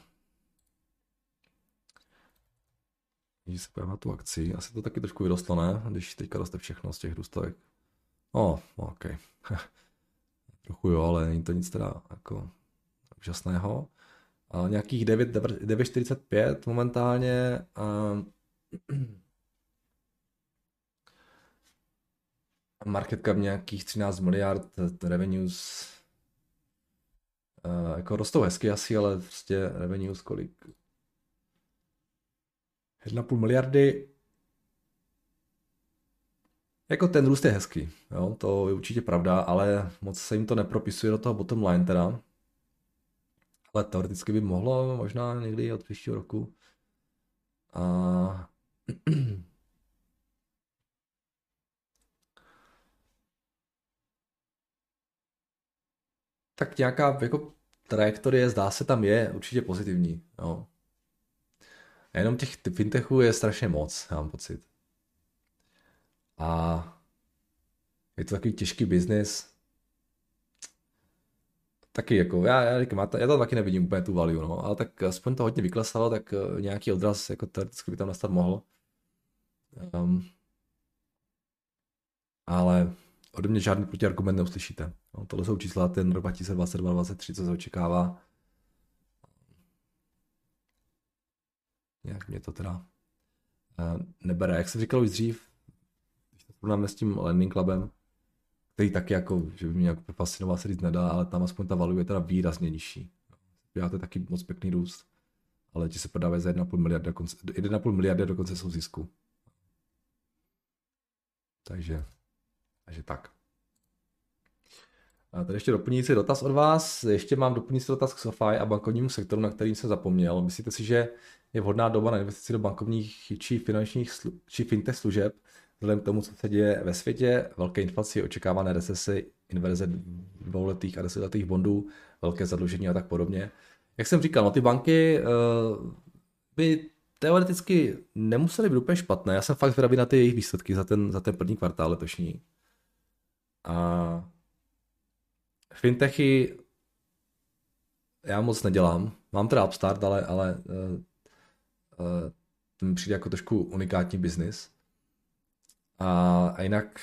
Když se pojďme na tu akci, asi to taky trošku vyrostlo, ne? Když teďka roste všechno z těch růstovek. OK. Trochu jo, ale není to nic teda jako úžasného. Nějakých 9,45 momentálně. Market cap nějakých 13 miliard, revenues jako rostou hezky asi, ale prostě revenues kolik? 1,5 miliardy. Jako ten růst je hezký, jo, to je určitě pravda, ale moc se jim to nepropisuje do toho bottom line teda. Ale teoreticky by mohlo, možná někdy od příštího roku. Tak nějaká jako trajektorie, zdá se tam je určitě pozitivní. Jo. A jenom těch fintechů je strašně moc, já mám pocit. A je to takový těžký biznis. Taky jako, já říkám, já tam taky nevidím úplně tu value, no, ale tak aspoň to hodně vyklesalo, tak nějaký odraz jako teoreticky by tam nastat mohl. Ale ode mě žádný protiargument neuslyšíte. No, tohle jsou čísla ten rok 2022-2023, co se očekává. Nějak mě to teda nebere. Jak jsem říkal už dřív, když to srovnáme s tím Lending Clubem, který taky jako, že by mě jako fascinoval, se říct nedá, ale tam aspoň ta value je teda výrazně nižší. Děláte taky moc pěkný růst, ale ti se prodávají za 1,5 miliardy, 1,5 miliardy dokonce jsou zisku. Takže tak. A tady ještě doplňující dotaz od vás. Ještě mám doplňující dotaz k SoFi a bankovnímu sektoru, na který jsem zapomněl. Myslíte si, že je vhodná doba na investici do bankovních či fintech služeb, vzhledem k tomu, co se děje ve světě, velké inflaci, očekávané recese, inverze dvouletých a desetiletých bondů, velké zadlužení a tak podobně. Jak jsem říkal, no ty banky by teoreticky nemusely být úplně špatné. Já jsem fakt zvědavý na ty jejich výsledky za ten první kvartál letošní. A fintechy já moc nedělám. Mám teda Upstart, ale to mi přijde jako trošku unikátní biznis. A jinak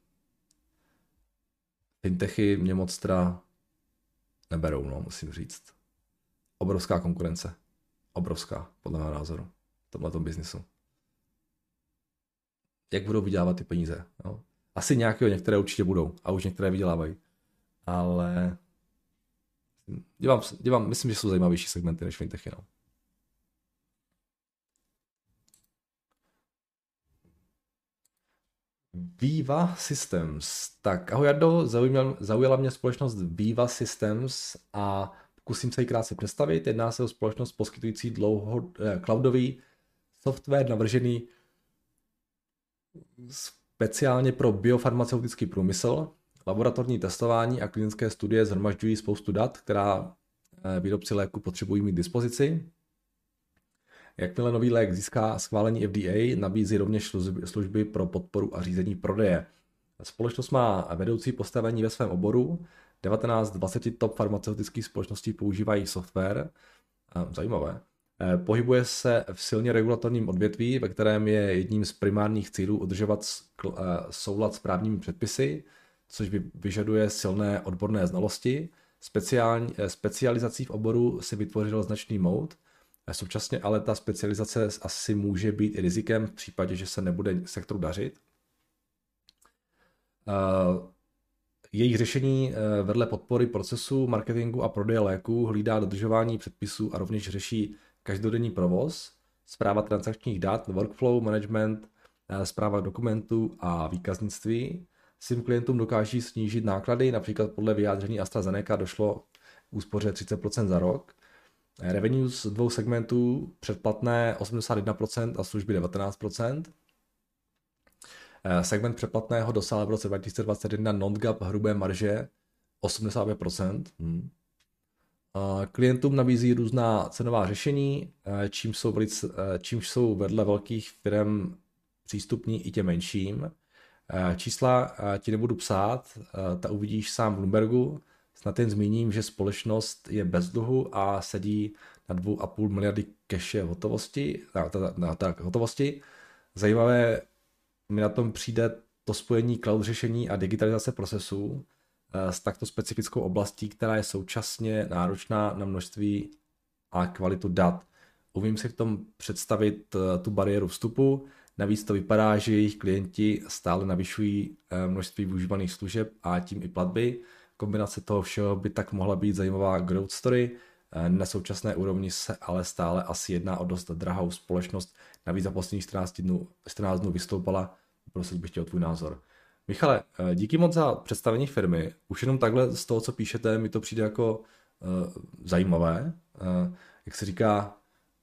fintechy mě moc teda neberou, no, musím říct. Obrovská konkurence. Obrovská, podle mého názoru, v tomhletom biznisu. Jak budou vydělávat ty peníze? No? Asi některé určitě budou a už některé vydělávají. Ale myslím, že jsou zajímavější segmenty než fintechy. No. Viva Systems. Tak ahoj Jardo, zaujala mě společnost Viva Systems a pokusím se ji krátce představit. Jedná se o společnost poskytující cloudový software navržený speciálně pro biofarmaceutický průmysl. Laboratorní testování a klinické studie shromažďují spoustu dat, která výrobci léku potřebují mít k dispozici. Jakmile nový lék získá schválení FDA, nabízí rovněž služby pro podporu a řízení prodeje. Společnost má vedoucí postavení ve svém oboru. 19 z 20 top farmaceutických společností používají software. Zajímavé. Pohybuje se v silně regulatorním odvětví, ve kterém je jedním z primárních cílů udržovat soulad s právními předpisy, což vyžaduje silné odborné znalosti. Specializací v oboru si vytvořil značný moat. Současně ale ta specializace asi může být i rizikem v případě, že se nebude sektoru dařit. Jejich řešení vedle podpory procesu, marketingu a prodeje léků hlídá dodržování předpisů a rovněž řeší každodenní provoz, správa transakčních dat, workflow management, správa dokumentů a výkaznictví. Svým klientům dokáží snížit náklady, například podle vyjádření AstraZeneca došlo k úspoře 30% za rok. Revenue z dvou segmentů, předplatné 81% a služby 19%. Segment předplatného dosáhl v roce 2021 non-GAAP hrubé marže 85%. Klientům nabízí různá cenová řešení, čímž jsou vedle velkých firm přístupní i těm menším. Čísla ti nebudu psát, ta uvidíš sám v Bloombergu. Snad jen zmíním, že společnost je bez dluhu a sedí na 2,5 miliardy cache hotovosti. Zajímavé mi na tom přijde to spojení cloud řešení a digitalizace procesů s takto specifickou oblastí, která je současně náročná na množství a kvalitu dat. Umím si v tom představit tu bariéru vstupu, navíc to vypadá, že jejich klienti stále navyšují množství využívaných služeb a tím i platby. Kombinace toho všeho by tak mohla být zajímavá growth story. Na současné úrovni se ale stále asi jedná o dost drahou společnost. Navíc za posledních 14 dnů vystoupala. Prosil bych tě o tvůj názor. Michale, díky moc za představení firmy. Už jenom takhle z toho, co píšete, mi to přijde jako zajímavé. Jak se říká,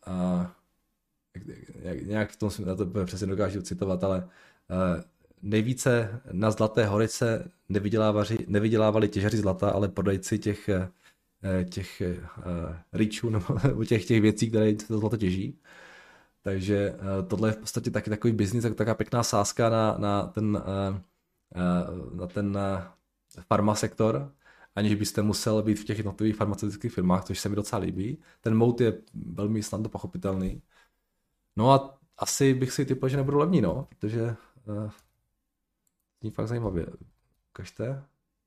nějak v tom já to přesně dokážu citovat, ale nejvíce na Zlaté horice nevydělávali těžaři zlata, ale prodejci těch ričů nebo těch věcí, které to zlato těží. Takže tohle je v podstatě taky takový biznis, taková pěkná sázka na ten farmasektor, aniž byste musel být v těch jednotlivých farmaceutických firmách, což se mi docela líbí. Ten mout je velmi snadno pochopitelný. No a asi bych si typl, že nebudu levní, no, protože zní fakt zajímavě. Ukažte.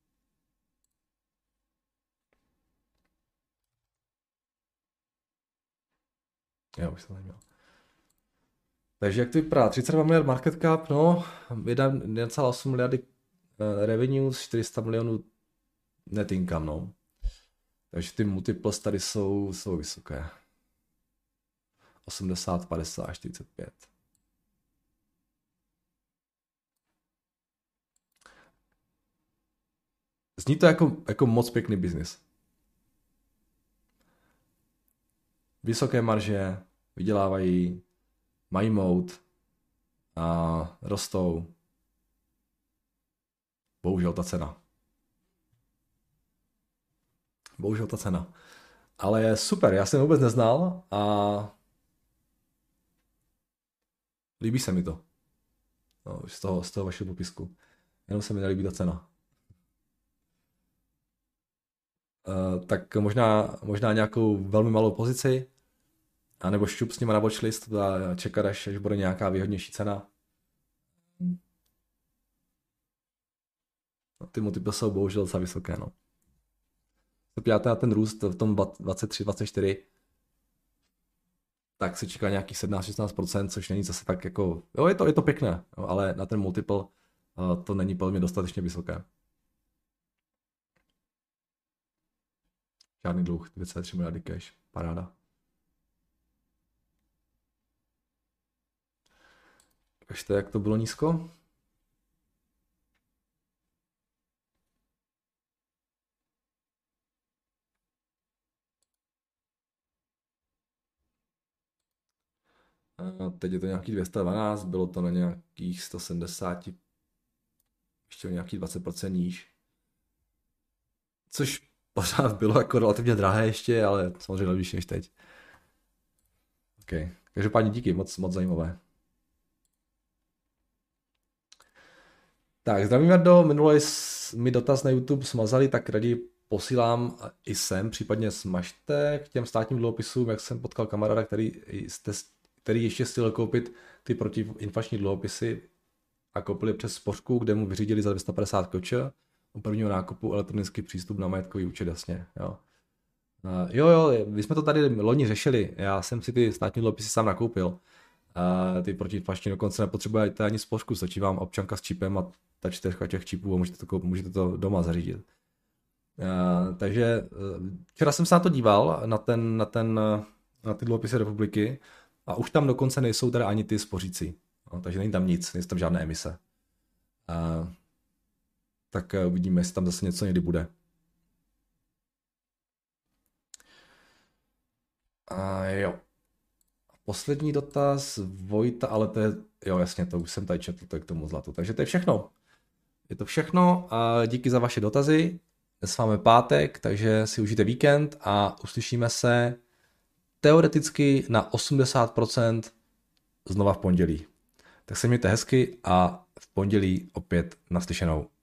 Já už jsem neměl. Takže jak to vypadá? 32 miliard market cap, no, 1,8 miliardy revenue, 400 milionů net income, no. Takže ty multiples tady jsou vysoké. 80, 50, 45. Zní to jako moc pěkný biznis. Vysoké marže, vydělávají, mají moat a rostou. Bohužel ta cena. Ale je super, já jsem vůbec neznal a líbí se mi to. No, z toho vašeho popisku. Jenom se mi nelíbí ta cena. Tak možná nějakou velmi malou pozici, anebo šťup s nima na watchlist a čekat, až bude nějaká výhodnější cena. No, ty multiply jsou bohužel docela vysoké, no. Se podíváte na ten růst v tom 23, 24, tak se čeká nějakých 17-16%, což není zase tak jako, jo, je to pěkné, jo, ale na ten multiple to není podle mě dostatečně vysoké. Žádný dluh, 2,3 miliardy cash, paráda. Kažte, jak to bylo nízko? teď je to nějakých 212, bylo to na nějakých 170, ještě o nějakých 20% níž. Což pořád bylo jako relativně drahé ještě, ale samozřejmě levnější než teď. OK. Každopádně díky, moc zajímavé. Tak, zdravím Jardo, minule mi dotaz na YouTube smazali, tak raději posílám i sem, případně smažte k těm státním dluhopisům, jak jsem potkal kamaráda, který ještě stihl koupit ty protiinflační dluhopisy a koupili přes spořku, kde mu vyřídili za 250 koč u prvního nákupu elektronický přístup na majetkový účet, jasně, jo. Jo, my jsme to tady loni řešili, já jsem si ty státní dluhopisy sám nakoupil. Ty protiinflační dokonce nepotřebujete ani spořku, stačí vám občanka s čipem a ta 4 těch čipů a můžete to doma zařídit. Takže včera jsem se na to díval, na ty dluhopisy republiky a už tam dokonce nejsou teda ani ty spořící. No, takže není tam nic, nejsou tam žádné emise. Tak uvidíme, jestli tam zase něco někdy bude. Jo. Poslední dotaz Vojta, ale to je, jo jasně, to už jsem tady četl, to je k tomu zlatu. Takže to je všechno. Je to všechno a díky za vaše dotazy. Dnes máme pátek, takže si užijte víkend a uslyšíme se teoreticky na 80% znova v pondělí. Tak se mějte hezky a v pondělí opět naslyšenou.